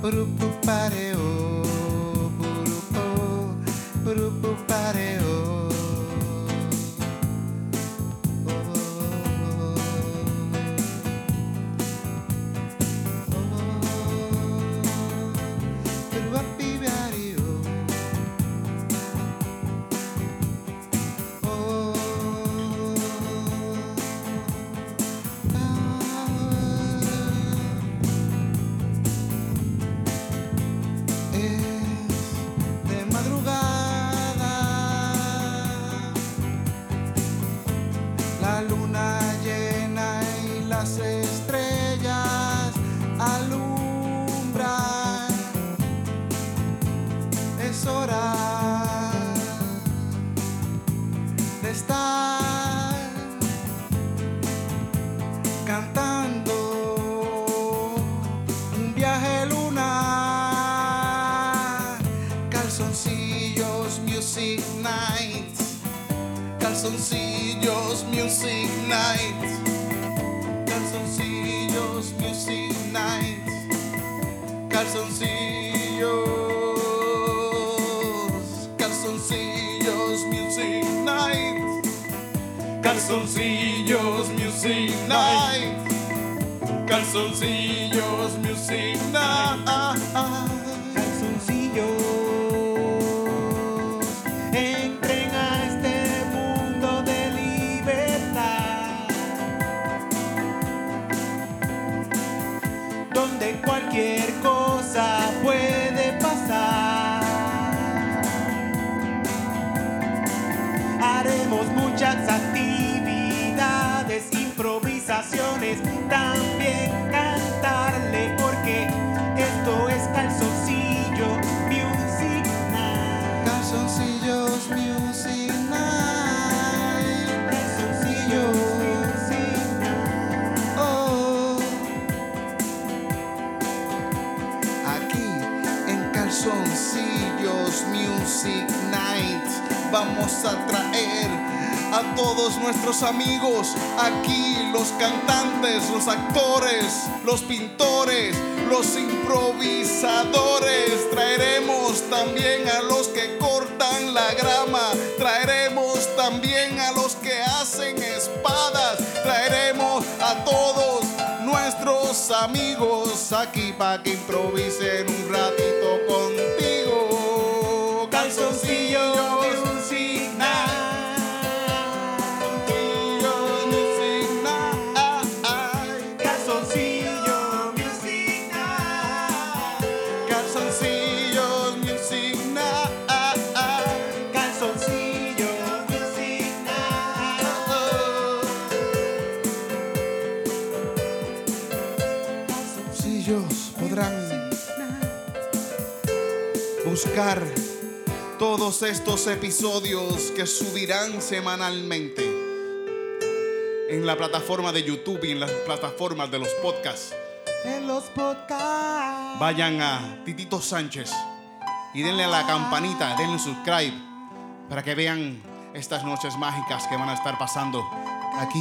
Burupu pareo, burupu pareo. Calzoncillos Music Nights. Calzoncillos Music Nights. Calzoncillos Music Nights. Calzoncillos Music Nights. Calzoncillos Music Nights. Entren a este mundo de libertad, donde cualquier cosa puede pasar. Haremos muchas actividades, improvisaciones, también cantarle, porque esto es Calzoncillo Music Night. Calzoncillos Music Night. Calzoncillos Music Night. Oh. Aquí en Calzoncillos Music Night vamos a traer a todos nuestros amigos aquí, los cantantes, los actores, los pintores, los improvisadores. Traeremos también a los que cortan la grama, traeremos también a los que hacen espadas, traeremos a todos nuestros amigos aquí para que improvisen un ratito contigo. Calzoncillos Music Night. Buscar todos estos episodios que subirán semanalmente en la plataforma de YouTube y en las plataformas de los podcasts. Vayan a Titito Sánchez y denle a la campanita, denle subscribe para que vean estas noches mágicas que van a estar pasando aquí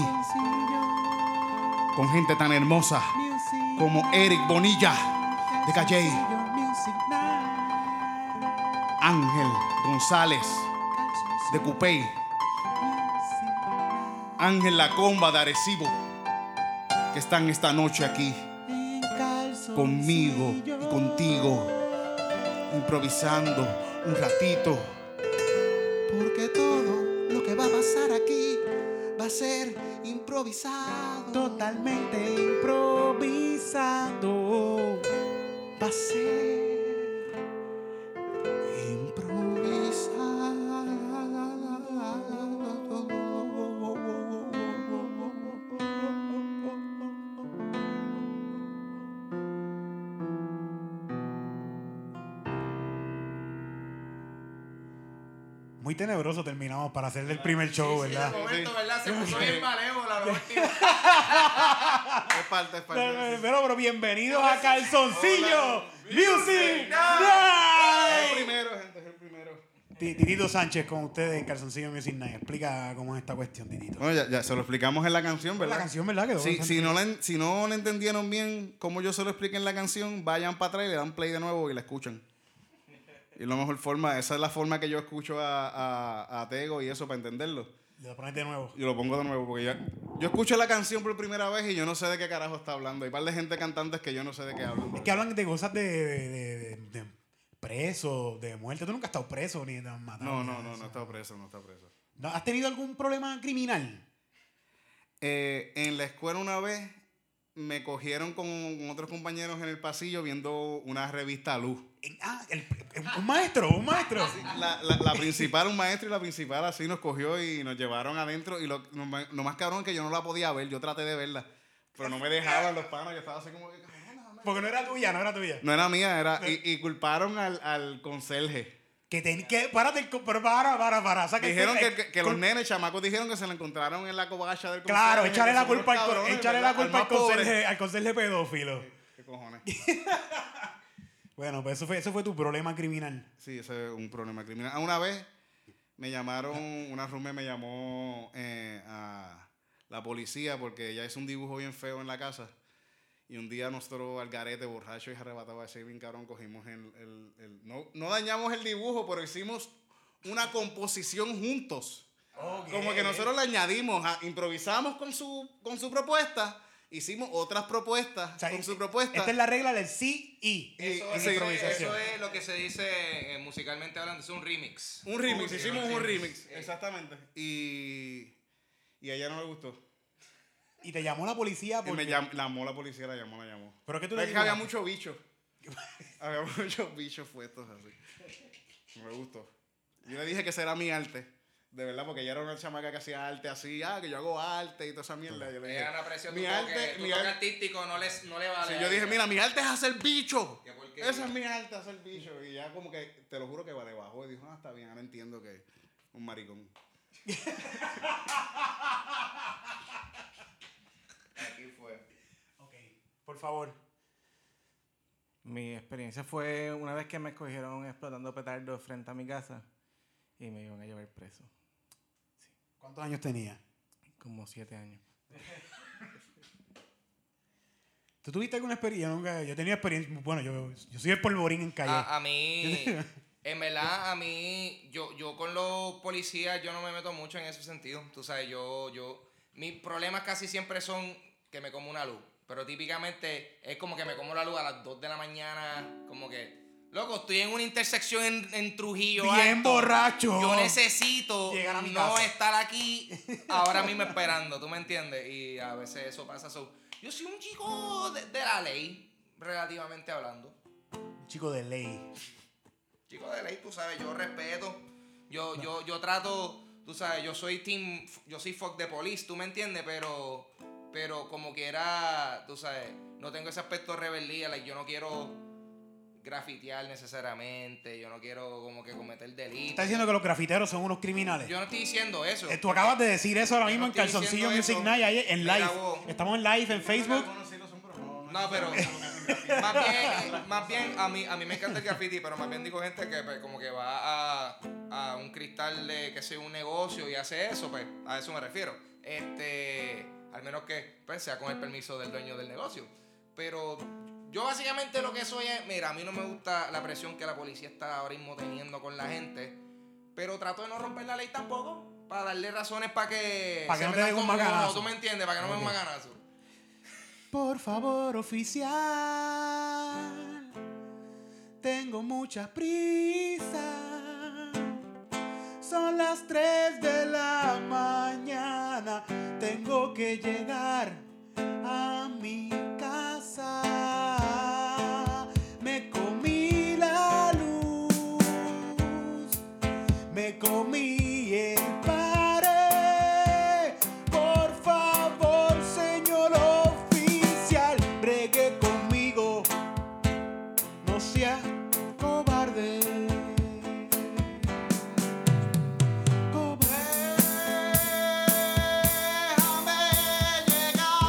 con gente tan hermosa como Eric Bonilla de Calle, Ángel González de Cupey, Ángel La Comba de Arecibo, que están esta noche aquí conmigo y contigo, improvisando un ratito, porque todo lo que va a pasar aquí va a ser improvisado, totalmente improvisado. va a ser Muy tenebroso terminamos para hacer el primer show, ¿verdad? De momento, ¿verdad? Se puso bien malévola la última. Es parte. Pero bienvenidos a Calzoncillo Music Es el Night. primero, gente, es el primero. Titito Sánchez con ustedes en Calzoncillo Music Night. Explica cómo es esta cuestión, Titito. Bueno, ya se lo explicamos en la canción, ¿verdad? La canción, ¿verdad? Quedó Si bastante- si no le entendieron bien cómo yo se lo expliqué en la canción, vayan para atrás y le dan play de nuevo y la escuchan. Y la mejor forma, esa es la forma que yo escucho a Tego y eso para entenderlo. Le pones de nuevo. Yo lo pongo de nuevo porque yo escucho la canción por primera vez y yo no sé de qué carajo está hablando. Hay un par de gente cantantes que yo no sé de qué hablan. Es que hablan de cosas de preso, de muerte. Tú nunca has estado preso ni te han matado. No he estado preso, no he estado preso. ¿No? ¿Has tenido algún problema criminal? En la escuela una vez me cogieron con otros compañeros en el pasillo viendo una revista Luz. Un maestro. La principal, un maestro y la principal así nos cogió y nos llevaron adentro y lo más cabrón es que yo no la podía ver, yo traté de verla, pero no me dejaban los panos, yo estaba así como que... Porque no era tuya. No era mía, y culparon al conserje. Párate, pero para. O sea, Dijeron que los nenes, chamacos, dijeron que se la encontraron en la covacha del conserje. Claro, échale la que son culpa, unos cabrones, échale la ¿verdad? culpa Al más pobre. al conserje pedófilo. ¿Qué cojones? Bueno, pues eso fue tu problema criminal. Sí, ese es un problema criminal. Una vez me llamaron, una roommate me llamó a la policía porque ella hizo un dibujo bien feo en la casa. Y un día nosotros al garete, borracho y arrebatado, ese bien cabrón, cogimos no dañamos el dibujo, pero hicimos una composición juntos. Okay. Como que nosotros le añadimos, improvisamos con su propuesta, hicimos otras propuestas con su propuesta. Esta es la regla del sí y Eso es lo que se dice musicalmente hablando, es un remix. Un remix, hicimos un remix, exactamente. Y a ella no le gustó. Y te llamó la policía porque... La llamó la policía, la llamó. ¿Pero qué tú Es le que dijiste? había muchos bichos. Había muchos bichos puestos así. No me gustó. Yo le dije que ese era mi arte. De verdad, porque ella era una chamaca que hacía arte así. Que yo hago arte y toda esa mierda. Yo le dije, Era una presión, mi tu toque arte artístico no le vale. Sí, yo dije, mira, mi arte es hacer bicho. ¿Qué por qué? Ese es mi arte, hacer bicho. Y ya como que, te lo juro que va debajo. Y dijo, está bien, ahora entiendo que es un maricón. Aquí fue. Ok, por favor. Mi experiencia fue una vez que me cogieron explotando petardos frente a mi casa y me iban a llevar preso. ¿Cuántos años tenía? Como 7 años. ¿Tú tuviste alguna experiencia? Yo tenía experiencia. Bueno, yo soy el polvorín en calle. A mí, en verdad, yo con los policías, yo no me meto mucho en ese sentido. Tú sabes, mis problemas casi siempre son que me como una luz. Pero típicamente es como que me como la luz a las 2 de la mañana. Como que, loco, estoy en una intersección en Trujillo Bien Alto. borracho. Yo necesito llegar a mi no casa. estar aquí ahora mismo esperando. ¿Tú me entiendes? Y a veces eso pasa. Yo soy un chico de la ley, relativamente hablando. Un chico de ley. Chico de ley, tú sabes, yo respeto. Yo trato, tú sabes, yo soy fuck the police, ¿tú me entiendes? Pero como quiera, tú sabes, no tengo ese aspecto de rebeldía, yo no quiero grafitear necesariamente, yo no quiero como que cometer delitos. ¿Estás diciendo que los grafiteros son unos criminales? Yo no estoy diciendo eso. Tú acabas de decir eso ahora Yo mismo no en estoy Calzoncillo diciendo Music eso. Night, ahí en Mira, live. vos. Estamos en live en Facebook. No, pero más bien a mí me encanta el graffiti, pero más bien digo gente que pues, como que va a un cristal de que sea un negocio y hace eso, pues a eso me refiero. Al menos que pues, sea con el permiso del dueño del negocio. Pero yo básicamente lo que soy es, mira, a mí no me gusta la presión que la policía está ahora mismo teniendo con la gente, pero trato de no romper la ley tampoco, para darle razones para que no te metan den un como uno, macanazo. ¿tú me entiendes? Para que no me den un macanazo. Por favor, oficial, tengo mucha prisa. Son las 3 de la mañana, tengo que llegar a mi casa. Me comí la luz, me comí el pared. Por favor, señor oficial, bregue conmigo, no sea cobarde. Déjame llegar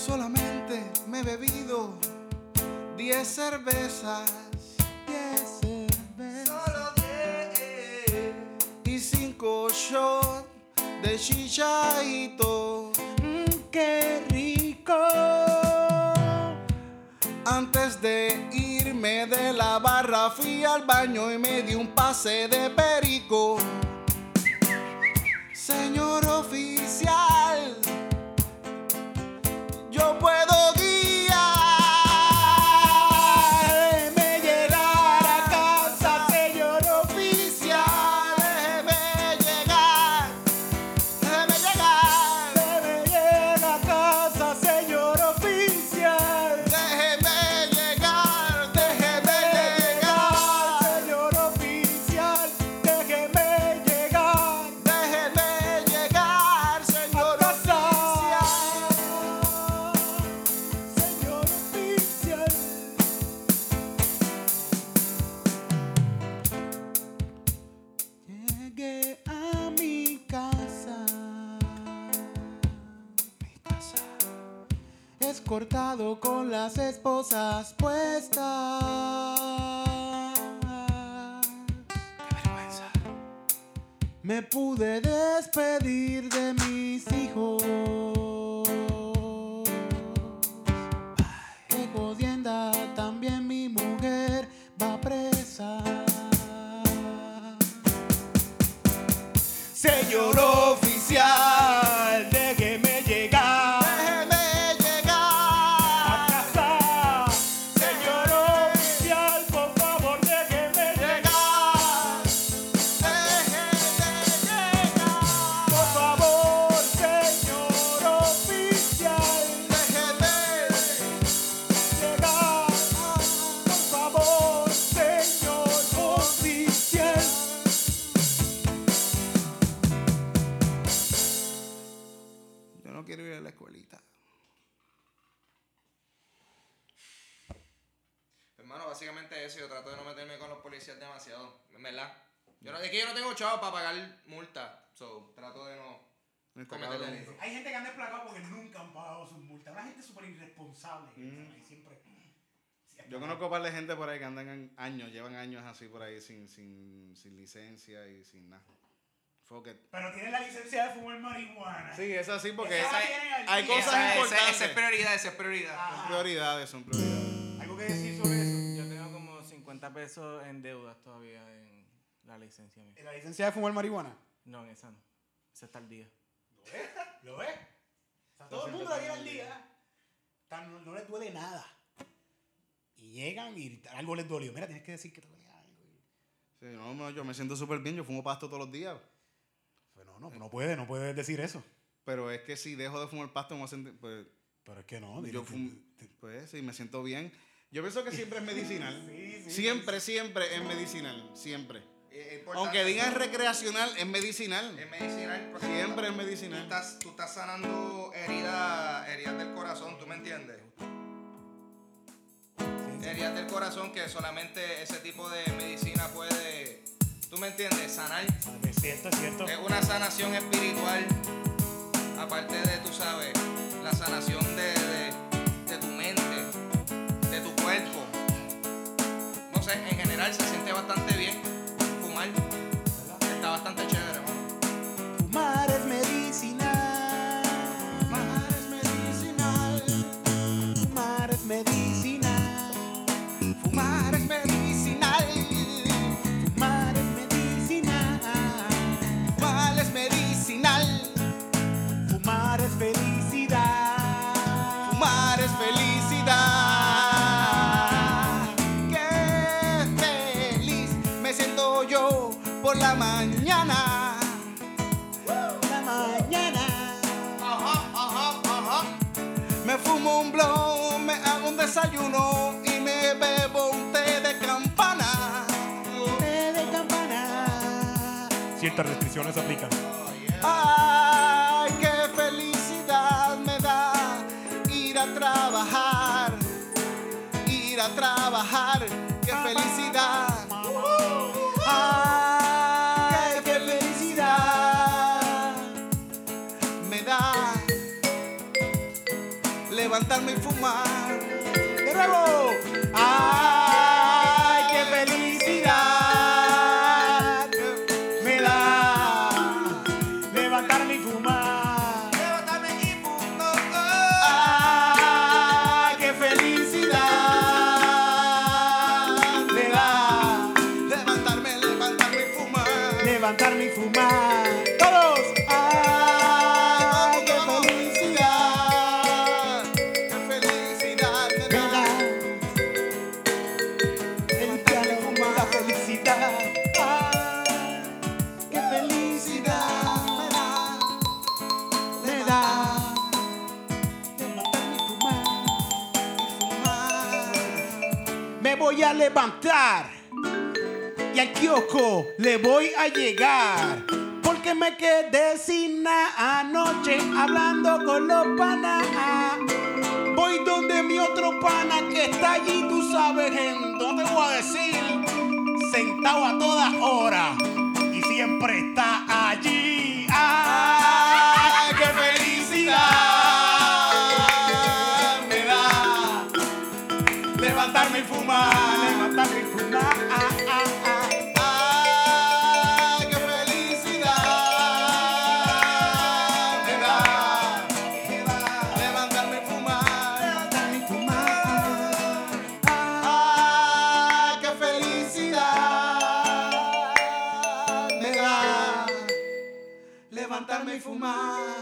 Solamente me he bebido 10 cervezas. 10 cervezas. Solo 10. Y 5 shots de chichaito. ¡Qué rico! Antes de irme de la barra fui al baño y me di un pase de perico. Señor oficial, yo puedo guiar. Déjeme llegar a casa, señor oficial. Déjeme llegar, déjeme llegar. Déjeme llegar a casa, señor oficial. Déjeme llegar, déjeme llegar. Señor oficial, déjeme llegar. Déjeme llegar, señor oficial. Señor oficial. Llegué a mi casa. Escortado con las esposas puestas. Qué vergüenza. Me pude despedir de mis hijos. Qué jodienda, también mi mujer va presa. Señor oficial, déjeme llegar Déjeme llegar. a casa. Señor oficial, por favor, déjeme llegar. Por favor, señor oficial, llegar. Por favor, señor oficial. Yo no quiero ir a la escuelita. Hermano, básicamente eso. Yo trato de no meterme con los policías demasiado. En verdad. Es que yo no tengo chavos para pagar multa. So, trato de no cometerle cabrón. eso. Hay gente que anda desplacado porque nunca han pagado sus multas. Una gente súper irresponsable. Y siempre. Yo conozco un par de gente por ahí que andan años, llevan años así por ahí sin licencia y sin nada. Fuck it. Pero tienen la licencia de fumar marihuana. Sí, es así porque Esa la tienen al hay día. cosas importantes. Esa es prioridad, esa es prioridad. Son prioridades, son prioridades. ¿Algo que decir sobre eso? Yo tengo como 50 pesos en deudas todavía en la licencia mía. ¿La licencia de fumar marihuana? No, en esa no. Esa está al día. ¿Lo ves? O sea, todo el mundo la tiene al día. No les duele nada. Y llegan y algo les dolió. Mira, tienes que decir que te duele algo. Sí, no, yo me siento súper bien, yo fumo pasto todos los días. Pero no puedes decir eso. Pero es que si dejo de fumar pasto, me voy a sentir, pues, Pero es que no. pues sí, me siento bien. Yo pienso que siempre es medicinal. Sí, Siempre es medicinal. Siempre. Importante. Aunque digan recreacional, es medicinal. Es medicinal. porque Siempre es tú medicinal. estás sanando heridas del corazón, ¿tú me entiendes? Heridas del corazón que solamente ese tipo de medicina puede, ¿tú me entiendes? Sanar. Es cierto, es cierto. Es una sanación espiritual, aparte de, tú sabes, la sanación de tu mente, de tu cuerpo. No sé, en general se siente bastante bien fumar. Está bastante chévere, hermano. Fumar es medicinal. Fumar es medicinal. Fumar es medicinal. Fumar es medicinal. Fumar es medicinal. Fumar es medicinal. Fumar es felicidad. Fumar es felicidad. Qué feliz me siento yo por la mañana. La mañana. Me fumo un blunt, me hago un desayuno y me bebo un té de campana. Té de campana. Ciertas restricciones aplican. Ay, qué felicidad me da ir a trabajar. Ir a trabajar, qué felicidad. Ay, qué felicidad me da levantarme y fumar. De nuevo. ¡Ay, qué felicidad me da levantarme y fumar! Levantarme y fumar. ¡Ay, qué felicidad me da Levantarme y fumar. levantarme y fumar! ¡Todos! ¡Ay, qué felicidad Qué felicidad me me da. da! El piano fuma la felicidad. ¡Ay, qué felicidad me da! Levantarme y fumar. Me voy a levantar y al kiosco le voy a llegar. Porque me quedé sin nada anoche hablando con los panas. Voy donde mi otro pana que está allí, tú sabes, no te voy a decir, sentado a todas horas y siempre está allí. ¡Ay, qué felicidad me da levantarme y fumar! Levantarme y fumar. Ah, qué felicidad me da. Levantarme y fumar. Levantarme y fumar. Ah, qué felicidad me da. Levantarme y fumar.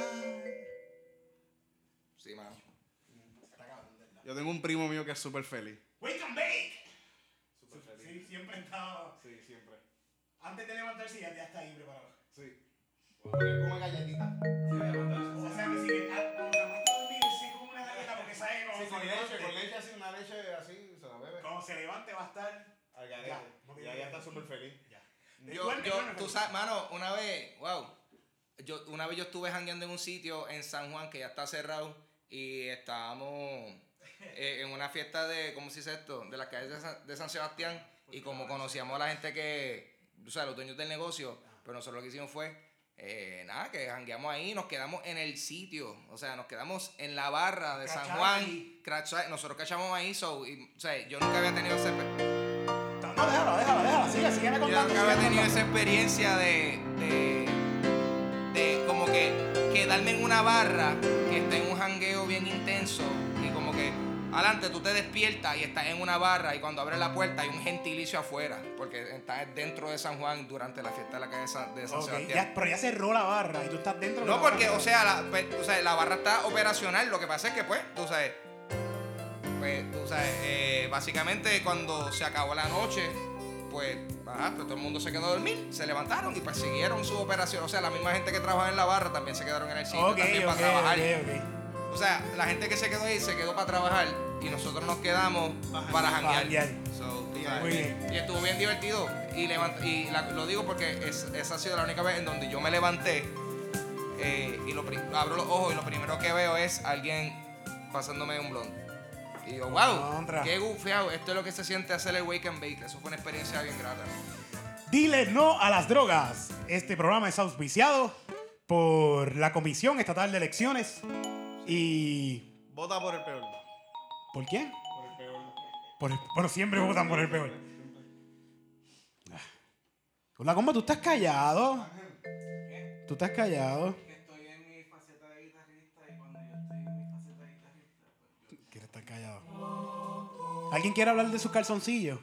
Sí, mano. Yo tengo un primo mío que es súper feliz. Wake and bake. Sí, siempre estaba. Sí, siempre. Antes de levantarse ya está ahí preparado. Sí. Come galletita. O sea que si cuando se acuesta a dormir, sí como una galleta porque sabe que cuando se levante, leche así, una leche así, se la bebe. cuando se levante va a estar. Al Ya, garete. no Y tiene ahí que está ver. súper feliz. Ya. Tú sabes, mano, una vez yo estuve jangueando en un sitio en San Juan que ya está cerrado y estábamos en una fiesta de, ¿cómo se dice esto? De las calles de San Sebastián y como conocíamos a la gente o sea, los dueños del negocio, pero nosotros lo que hicimos fue, nada, que jangueamos ahí, nos quedamos en el sitio, o sea, nos quedamos en la barra de San Cracharon Juan, allí. nosotros cachamos ahí, o sea, yo nunca había tenido ese... No, déjala, sigue Yo contando. nunca había tenido esa experiencia de como que quedarme en una barra que está en un jangueo bien intenso y como que adelante tú te despiertas y estás en una barra y cuando abres la puerta hay un gentilicio afuera porque estás dentro de San Juan durante la fiesta de la calle de San Ok, Sebastián. pero ya cerró la barra y tú estás dentro de No, la porque, barra. o sea, la barra está operacional. Lo que pasa es que, pues, tú sabes, básicamente cuando se acabó la noche, pues todo el mundo se quedó a dormir, se levantaron y pues siguieron su operación. O sea, la misma gente que trabaja en la barra también se quedaron en el sitio también para trabajar. Ok. O sea, la gente que se quedó ahí se quedó para trabajar y nosotros nos quedamos para janguear. janguear. So, tú sabes, Muy bien. y estuvo bien divertido. Lo digo porque esa ha sido la única vez en donde yo me levanté abro los ojos y lo primero que veo es alguien pasándome un blond. Y digo, wow, Contra. qué gufiado. Esto es lo que se siente hacer el wake and bake. Eso fue una experiencia bien grata. Dile no a las drogas. Este programa es auspiciado por la Comisión Estatal de Elecciones. Y... Vota por el peor. ¿Por quién? Por el peor. Bueno, siempre votan por el peor. Hola, ¿cómo tú estás callado? ¿Tú estás callado? Estoy en mi faceta de guitarrista y cuando yo estoy en mi faceta de guitarrista, pues Quiere estar callado. ¿Alguien quiere hablar de sus calzoncillos?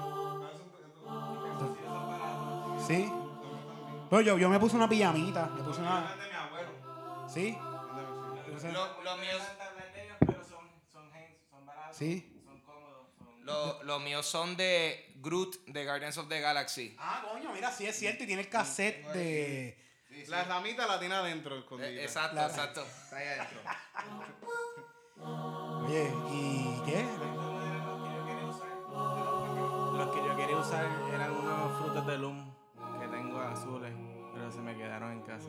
¿Sí? Pues yo me puse una pijamita. Me puse una... de mi abuelo. ¿Sí? Los míos, pero son baratos, Sí. son cómodos, son... los míos son de Groot de Guardians of the Galaxy. Ah, coño, mira, sí es cierto. Y tiene el cassette de... La ramita la tiene adentro, escondida. Exacto, Claro. exacto. Está ahí adentro. Oye, ¿y qué? Los que yo quería usar eran unos frutos de Loom que tengo azules, pero se me quedaron en casa.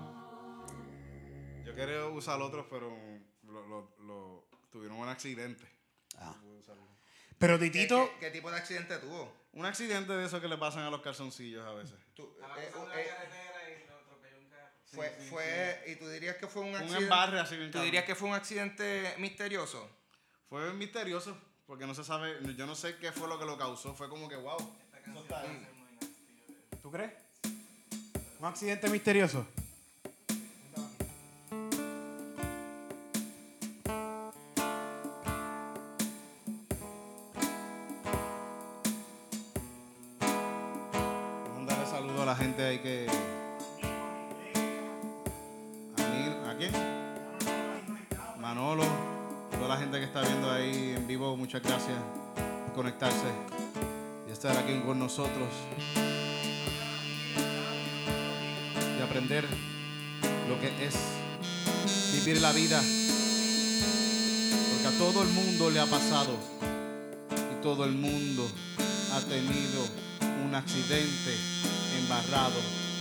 Yo quería usar otros, pero tuvieron un accidente. Ah. No pude usarlo. Pero Titito... ¿Qué tipo de accidente tuvo? Un accidente de esos que le pasan a los calzoncillos a veces. Tú- Estaba eh, cruzando la eh, carretera y lo atropelló un carro. ¿Y tú dirías que fue un Un accidente? embarre así bien ¿Tú cabrón. dirías que fue un accidente misterioso? Fue misterioso, porque no se sabe, yo no sé qué fue lo que lo causó. Fue como que, wow. Eso está ahí. ¿Tú crees? ¿Un accidente misterioso? Vamos a darle saludo a la gente ahí que... ¿A quién? Manolo, toda la gente que está viendo ahí en vivo, muchas gracias por conectarse y estar aquí con nosotros y aprender lo que es vivir la vida, porque a todo el mundo le ha pasado y todo el mundo ha tenido un accidente embarrado.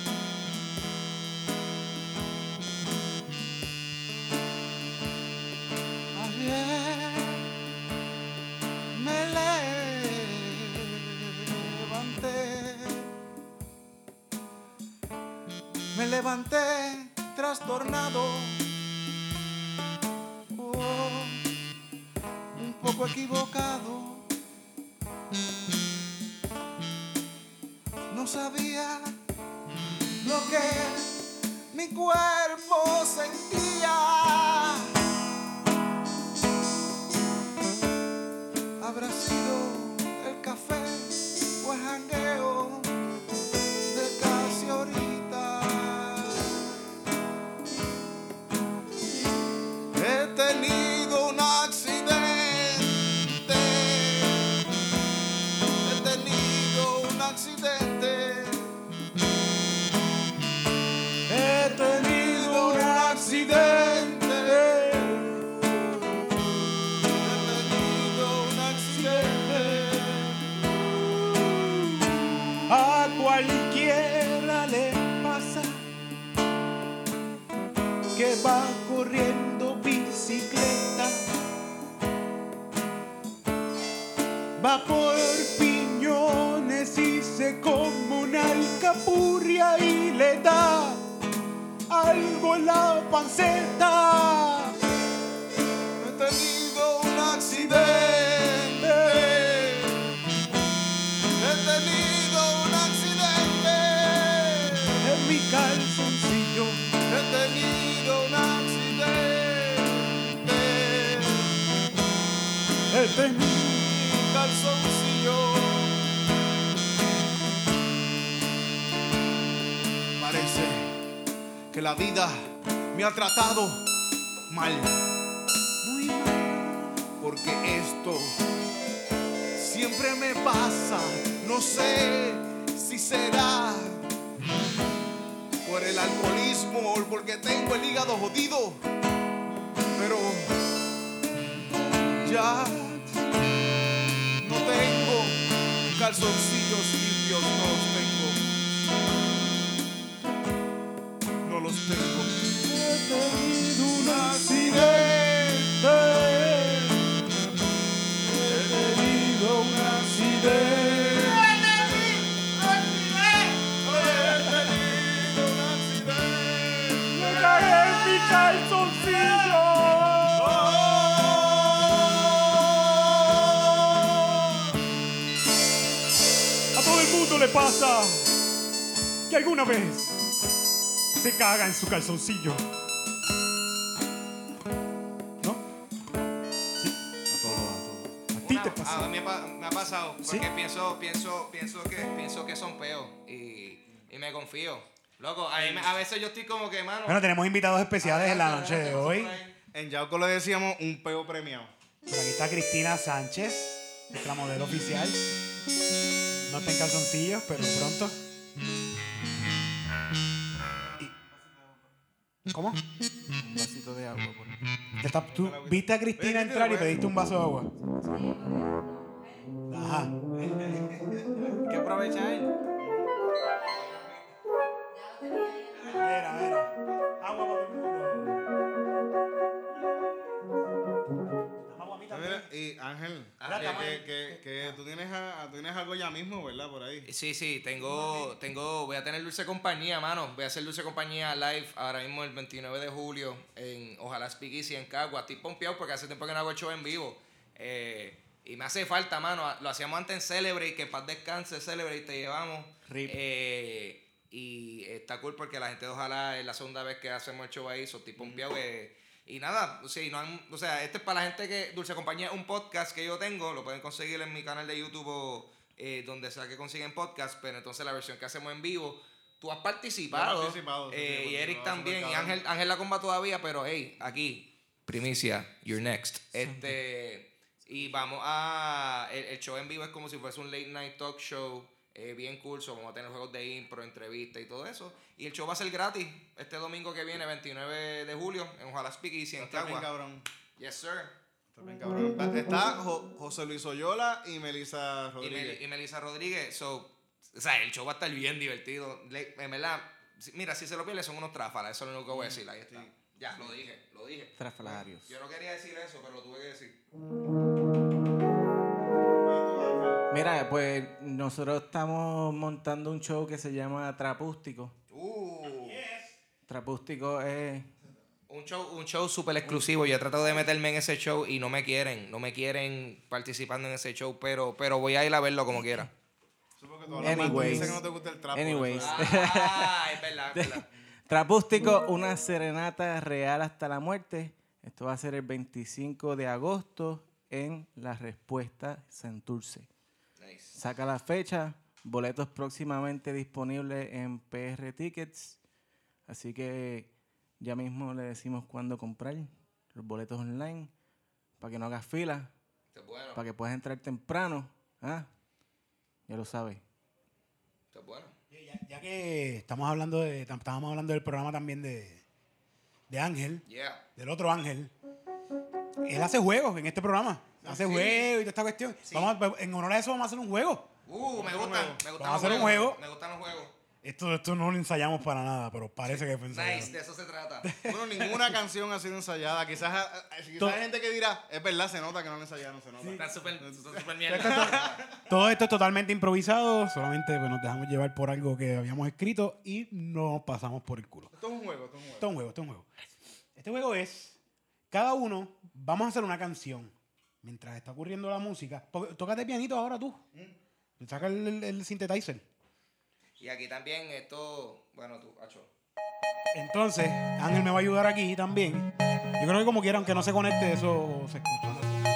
Ayer me levanté trastornado, un poco equivocado. No sabía lo que mi cuerpo sentía. Habrá sido el café o el jangueo de casi ahorita. He tenido un accidente. He tenido un accidente. He tenido un accidente. A cualquiera le pasa que va corriendo bicicleta, va por piñones y se come una alcapurria y le da algo en la panceta. He tenido un accidente. He tenido un accidente. En mi calzoncillo He tenido un accidente. este es mi Calzoncillo. Parece que la vida me ha tratado mal. muy mal. Porque esto siempre me pasa. No sé si será por el alcoholismo o porque tengo el hígado jodido. Pero ya no tengo calzoncillos limpios, no los tengo. No los tengo. He tenido un accidente. He tenido un accidente. Me cagué en mi calzoncillo. A todo el mundo le pasa que alguna vez se caga en su calzoncillo. ¿No? A ti te pasa. A mí me ha pasado, ¿Sí? porque pienso que son peos y me confío. Loco, a veces yo estoy como que, mano. Bueno, tenemos invitados especiales en la noche de hoy. En Yauco le decíamos un peo premiado. Por aquí está Cristina Sánchez, nuestra modelo oficial. No está en calzoncillos, pero pronto. ¿Cómo? Un vasito de agua por ahí. ¿Tú viste a Cristina entrar y pediste un vaso de agua? Ajá. Hay que aprovechar. Mira. Agua para todo el mundo. Dame agua a mí también. Y Y Ángel, que tú tienes algo ya mismo, ¿verdad? Por ahí. Sí, voy a tener Dulce Compañía, mano. Voy a hacer Dulce Compañía live ahora mismo el 29 de julio en Ojalá Speakeasy en Cagua. Estoy pompeado porque hace tiempo que no hago el show en vivo. Y me hace falta, mano. Lo hacíamos antes en Celebrate, que paz descanse Celebrate, te llevamos. Rip. Y está cool porque la gente de Ojalá es la segunda vez que hacemos el show ahí, estoy pompeado. Y nada, sí, este es para la gente que Dulce Compañía es un podcast que yo tengo, lo pueden conseguir en mi canal de YouTube o donde sea que consiguen podcast, pero entonces la versión que hacemos en vivo, tú has participado, y Eric también, y Ángel la comba todavía, pero hey, aquí, primicia, you're next. Y vamos el show en vivo es como si fuese un late night talk show. Bien cool, vamos a tener juegos de impro, entrevistas y todo eso. Y el show va a ser gratis este domingo que viene, 29 de julio, en Ojalá Speakeasy en Cagua. Está bien, cabrón. Yes, sir. Está bien, cabrón. Está José Luis Oyola y Melissa Rodríguez. Y Melissa Rodríguez. O sea, el show va a estar bien divertido. En verdad, mira, si se lo pierden son unos tráfalas, eso es lo único que voy a decir. Ahí está. Sí. Ya, lo dije. Trafalarios. Yo no quería decir eso, pero lo tuve que decir. Mira, pues nosotros estamos montando un show que se llama Trapústico. Trapústico es un show súper exclusivo. Yo he tratado de meterme en ese show y no me quieren participando en ese show, pero voy a ir a verlo como quiera. Anyways. Que no te gusta el trapo. Anyways. Es verdad. Trapústico, una serenata real hasta la muerte. Esto va a ser el 25 de agosto en La Respuesta Santurce. Nice. Saca la fecha, boletos próximamente disponibles en PR Tickets. Así que ya mismo le decimos cuándo comprar los boletos online para que no hagas fila, Bueno. para que puedas entrar temprano. ¿Ah? Ya lo sabes. Está bueno. Ya que estábamos hablando del programa también de Ángel, Yeah. del otro Ángel. Él hace juegos en este programa. Hace juegos y toda esta cuestión. Sí. En honor a eso vamos a hacer un juego. Me gustan Vamos a hacer un juego. Me gustan los juegos. Esto no lo ensayamos para nada, pero parece que fue ensayado. Nice, de eso se trata. Bueno, ninguna canción ha sido ensayada. Quizás hay gente que dirá, es verdad, se nota que no la ensayaron, se nota. Está súper mierda. Todo esto es totalmente improvisado. Solamente pues, nos dejamos llevar por algo que habíamos escrito y nos pasamos por el culo. Esto es un juego. Esto es un juego. Este juego es, cada uno, vamos a hacer una canción. Mientras está ocurriendo la música. Tócate pianito ahora tú. Saca el synthesizer. Y aquí también bueno, tú, Acho. Entonces, Ángel me va a ayudar aquí también. Yo creo que como quiera, aunque no se conecte, eso se escucha.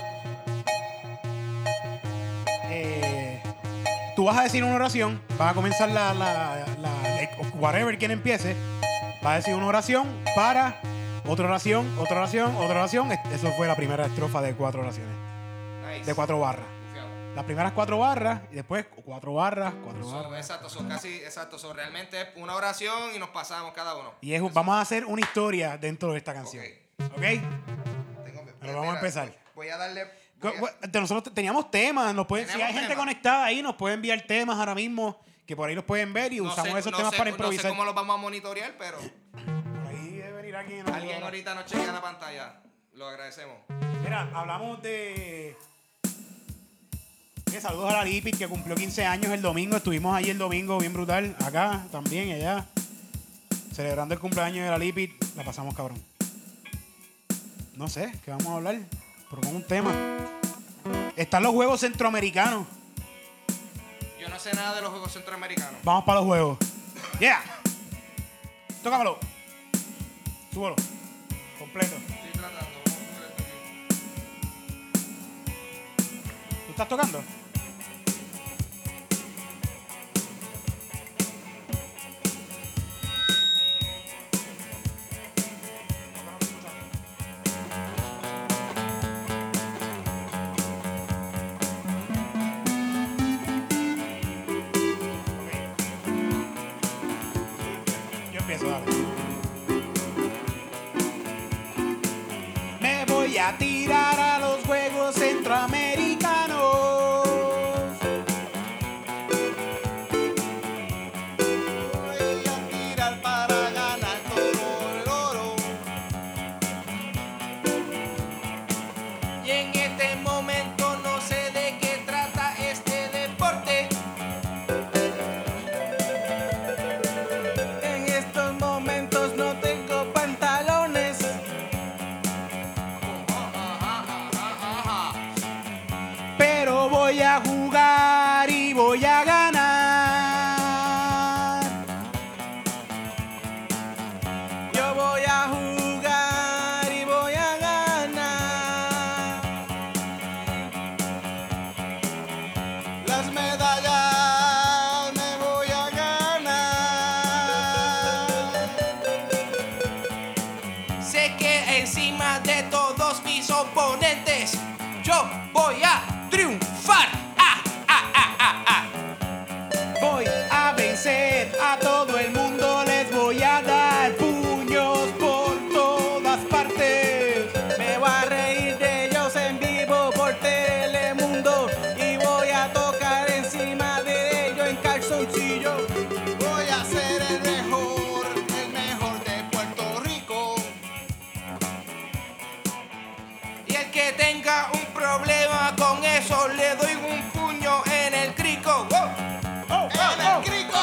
Tú vas a decir una oración. Vas a comenzar whatever quien empiece. Vas a decir una oración para otra oración. Eso fue la primera estrofa de 4 oraciones. Nice. De 4 barras. Las primeras 4 barras y después 4 barras, 4 barras. Exacto, son realmente una oración y nos pasamos cada uno. Y vamos a hacer una historia dentro de esta canción. ¿Ok? Pero vamos a empezar. Voy a darle... Nosotros teníamos temas. Si hay gente temas. conectada ahí, nos puede enviar temas ahora mismo que por ahí los pueden ver y usamos esos temas para improvisar. No sé cómo los vamos a monitorear, pero Por ahí debe venir alguien. alguien ahorita nos chequea la pantalla. Lo agradecemos. Mira, hablamos de... Saludos a la Lipit que cumplió 15 años el domingo. Estuvimos ahí el domingo bien brutal. Acá también, allá. Celebrando el cumpleaños de la Lipit. La pasamos cabrón. No sé, ¿qué vamos a hablar? Pero con un tema. Están los Juegos Centroamericanos. Yo no sé nada de los Juegos Centroamericanos. Vamos para los Juegos. Yeah. Tócamelo. Súbelo. Completo. Estoy tratando. ¿Tú estás tocando? Yo empiezo, dale. Me voy a tirar a los Juegos Centroamericanos. Voy a tirar para ganar todo el oro. Y en este momento voy a jugar y voy a ganar. Yo voy a jugar y voy a ganar. Las medallas me voy a ganar. Sé que encima de todos mis oponentes yo voy a triunfar. Voy a vencer a todo el mundo, les voy a dar puños por todas partes. Me voy a reír de ellos en vivo por Telemundo y voy a tocar encima de ellos en calzoncillo. Voy a ser el mejor de Puerto Rico. Y el que tenga un problema con eso, le doy un puño en el crico. ¡En el crico!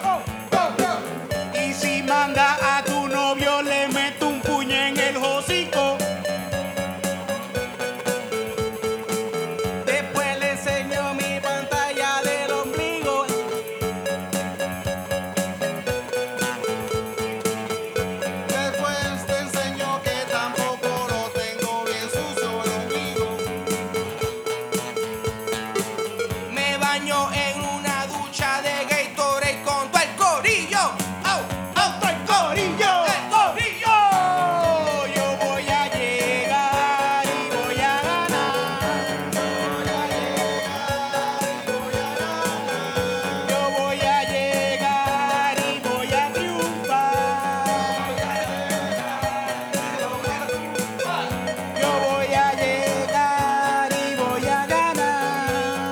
Y si manda a tu novio, le meto un puño en el hocico. Después le enseño mi pantalla del ombligo. Después te enseño que tampoco lo tengo bien sucio el ombligo. Me baño en una ducha de Gatorade con todo el corillo. ¡Oh! ¡Oh! ¡El corillo! ¡El corillo! Yo voy a llegar y voy a ganar. Yo voy a llegar y voy a triunfar. Yo voy a llegar y voy a ganar.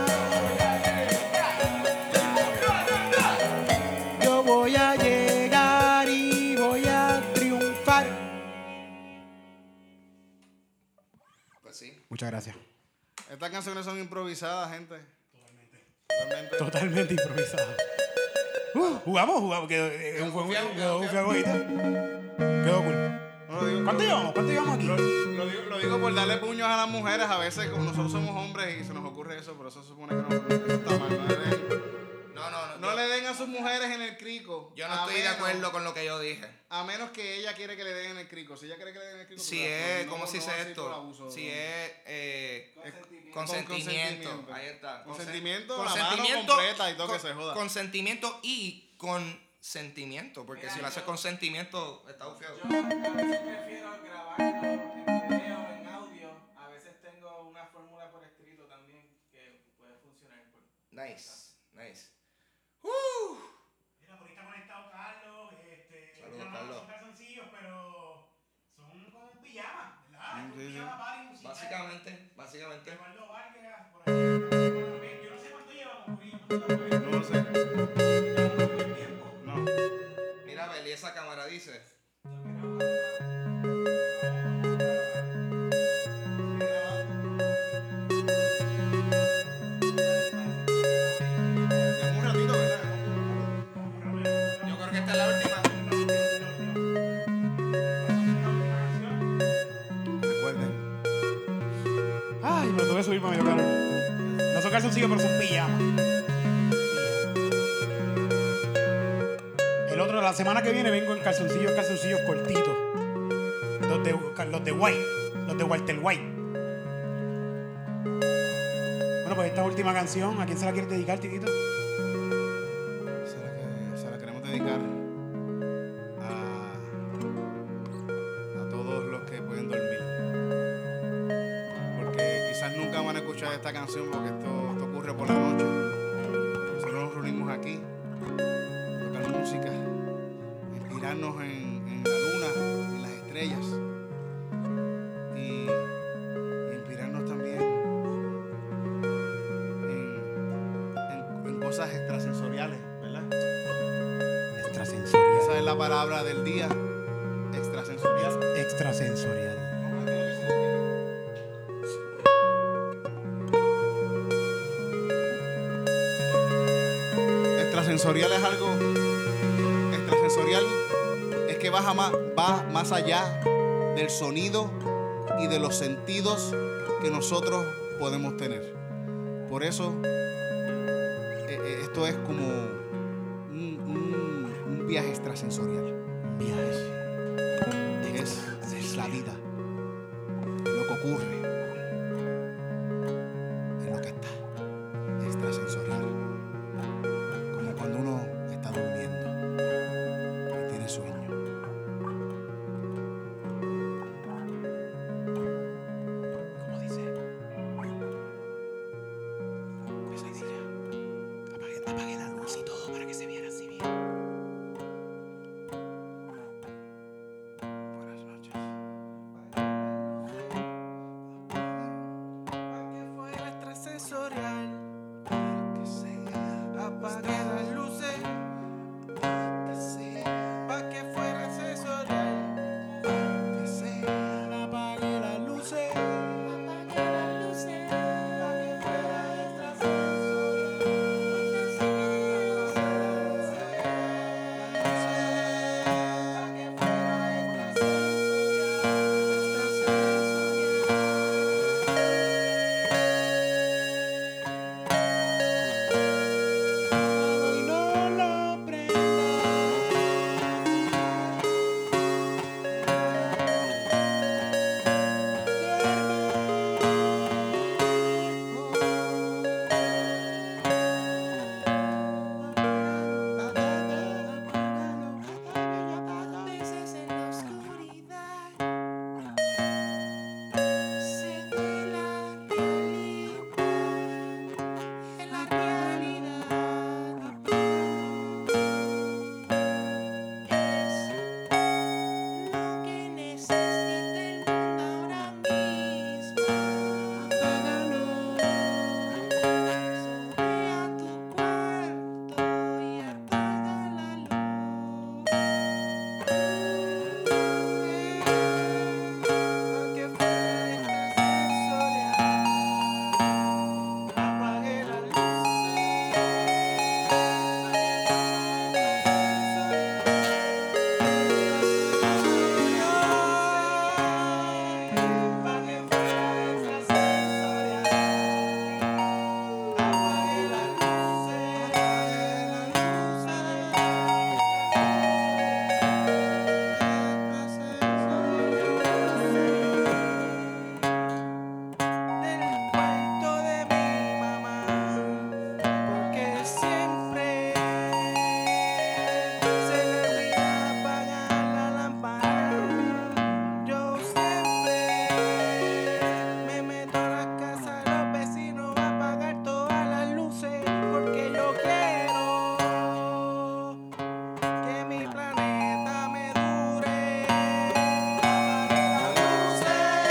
Yo voy a llegar y voy a triunfar. Pues sí. Muchas gracias. Estas canciones son improvisadas, gente. Totalmente improvisado. Jugamos. Quedó un juego. Quedó bonito. Quedó cool. No lo digo, ¿Cuánto llevamos aquí? lo digo por darle puños a las mujeres. A veces, como nosotros somos hombres y se nos ocurre eso, pero eso se supone que no está mal. No le den a sus mujeres en el crico. Yo no estoy de acuerdo con lo que yo dije. A menos que ella quiere que le den en el crico. Si ella quiere que le den en el crico, Si pues, es, no, ¿cómo no se dice va a ser por esto? abuso, Si ¿no? es consentimiento. Ahí está. Consentimiento, la mano completa y todo que se joda. Consentimiento y consentimiento. Porque si lo hace consentimiento, está bufiado. Yo a veces prefiero grabarlo en video, en audio. A veces tengo una fórmula por escrito también que puede funcionar. Nice. Mira, por ahí está conectado Carlos. Saludos, Carlos. Son calzoncillos, pero son como un pijama, ¿verdad? Sí, Un sí. pijama party musical. Básicamente. Eduardo Vargas, por ahí. Yo no sé cuánto llevamos, Corillo. No lo sé. Tiempo. No. Mira, Beli, esa cámara dice. Llevamos un ratito, ¿verdad? Yo creo que esta es la última. Recuerden. Ay, me lo tuve que subir para medio caro. No son calzoncillos, pero son pijamas. El otro, la semana que viene vengo en calzoncillos cortitos. Los de White, los de Walter White. Bueno, pues esta última canción, ¿a quién se la quieres dedicar, Tiquito? Se la queremos dedicar a todos los que pueden dormir. Porque quizás nunca van a escuchar esta canción porque esto ocurre por la noche. Nosotros nos reunimos aquí, tocar música, inspirarnos en la luna y las estrellas. Y inspirarnos también en cosas extrasensoriales, ¿verdad? Extrasensorial. Esa es la palabra del día, extrasensorial. Extrasensorial. Extrasensorial es algo. Extrasensorial es que va más allá del sonido y de los sentidos que nosotros podemos tener. Por eso, esto es como un viaje extrasensorial. Es la vida. Lo que ocurre en lo que está extrasensorial. Como cuando uno está durmiendo y tiene sueño. ¿Cómo dice? Pesadilla. Apague la luz y todo para que se viera así bien. Buenas noches. Pa' que fuera extrasensorial. Que sea, Apagué las luces. que sea, Pa' que fuera sensorial. que sea. Apagué las luces. Y no lo A veces en la oscuridad se ve la realidad. En la realidad es lo que necesita el mundo ahora mismo. Sube a tu cuarto y apaga la luz. Pa' que fuera extrasensorial. Apagué las del cuarto de mi mamá, porque siempre se le olvida apagar la lámpara. Yo siempre me meto a la casa de los vecinos a apagar todas las luces, porque yo quiero que mi planeta me dure. Apagué las luces.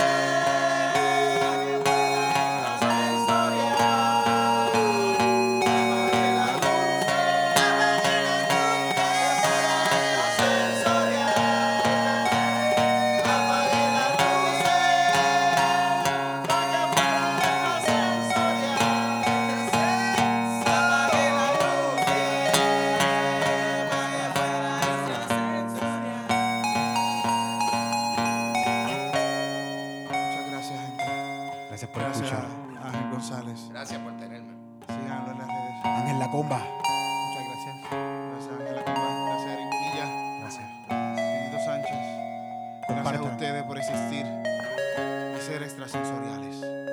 Muchas gracias, gente. Gracias por Gracias escuchar. a Ángel González. Gracias por tenerme. Síganlo en las redes. Ángel La Comba. Muchas gracias. Gracias, Ángel La Comba. Gracias, Eric Bonilla. Gracias. Benito Sánchez. Gracias a Compartan. ustedes por existir y ser extrasensoriales.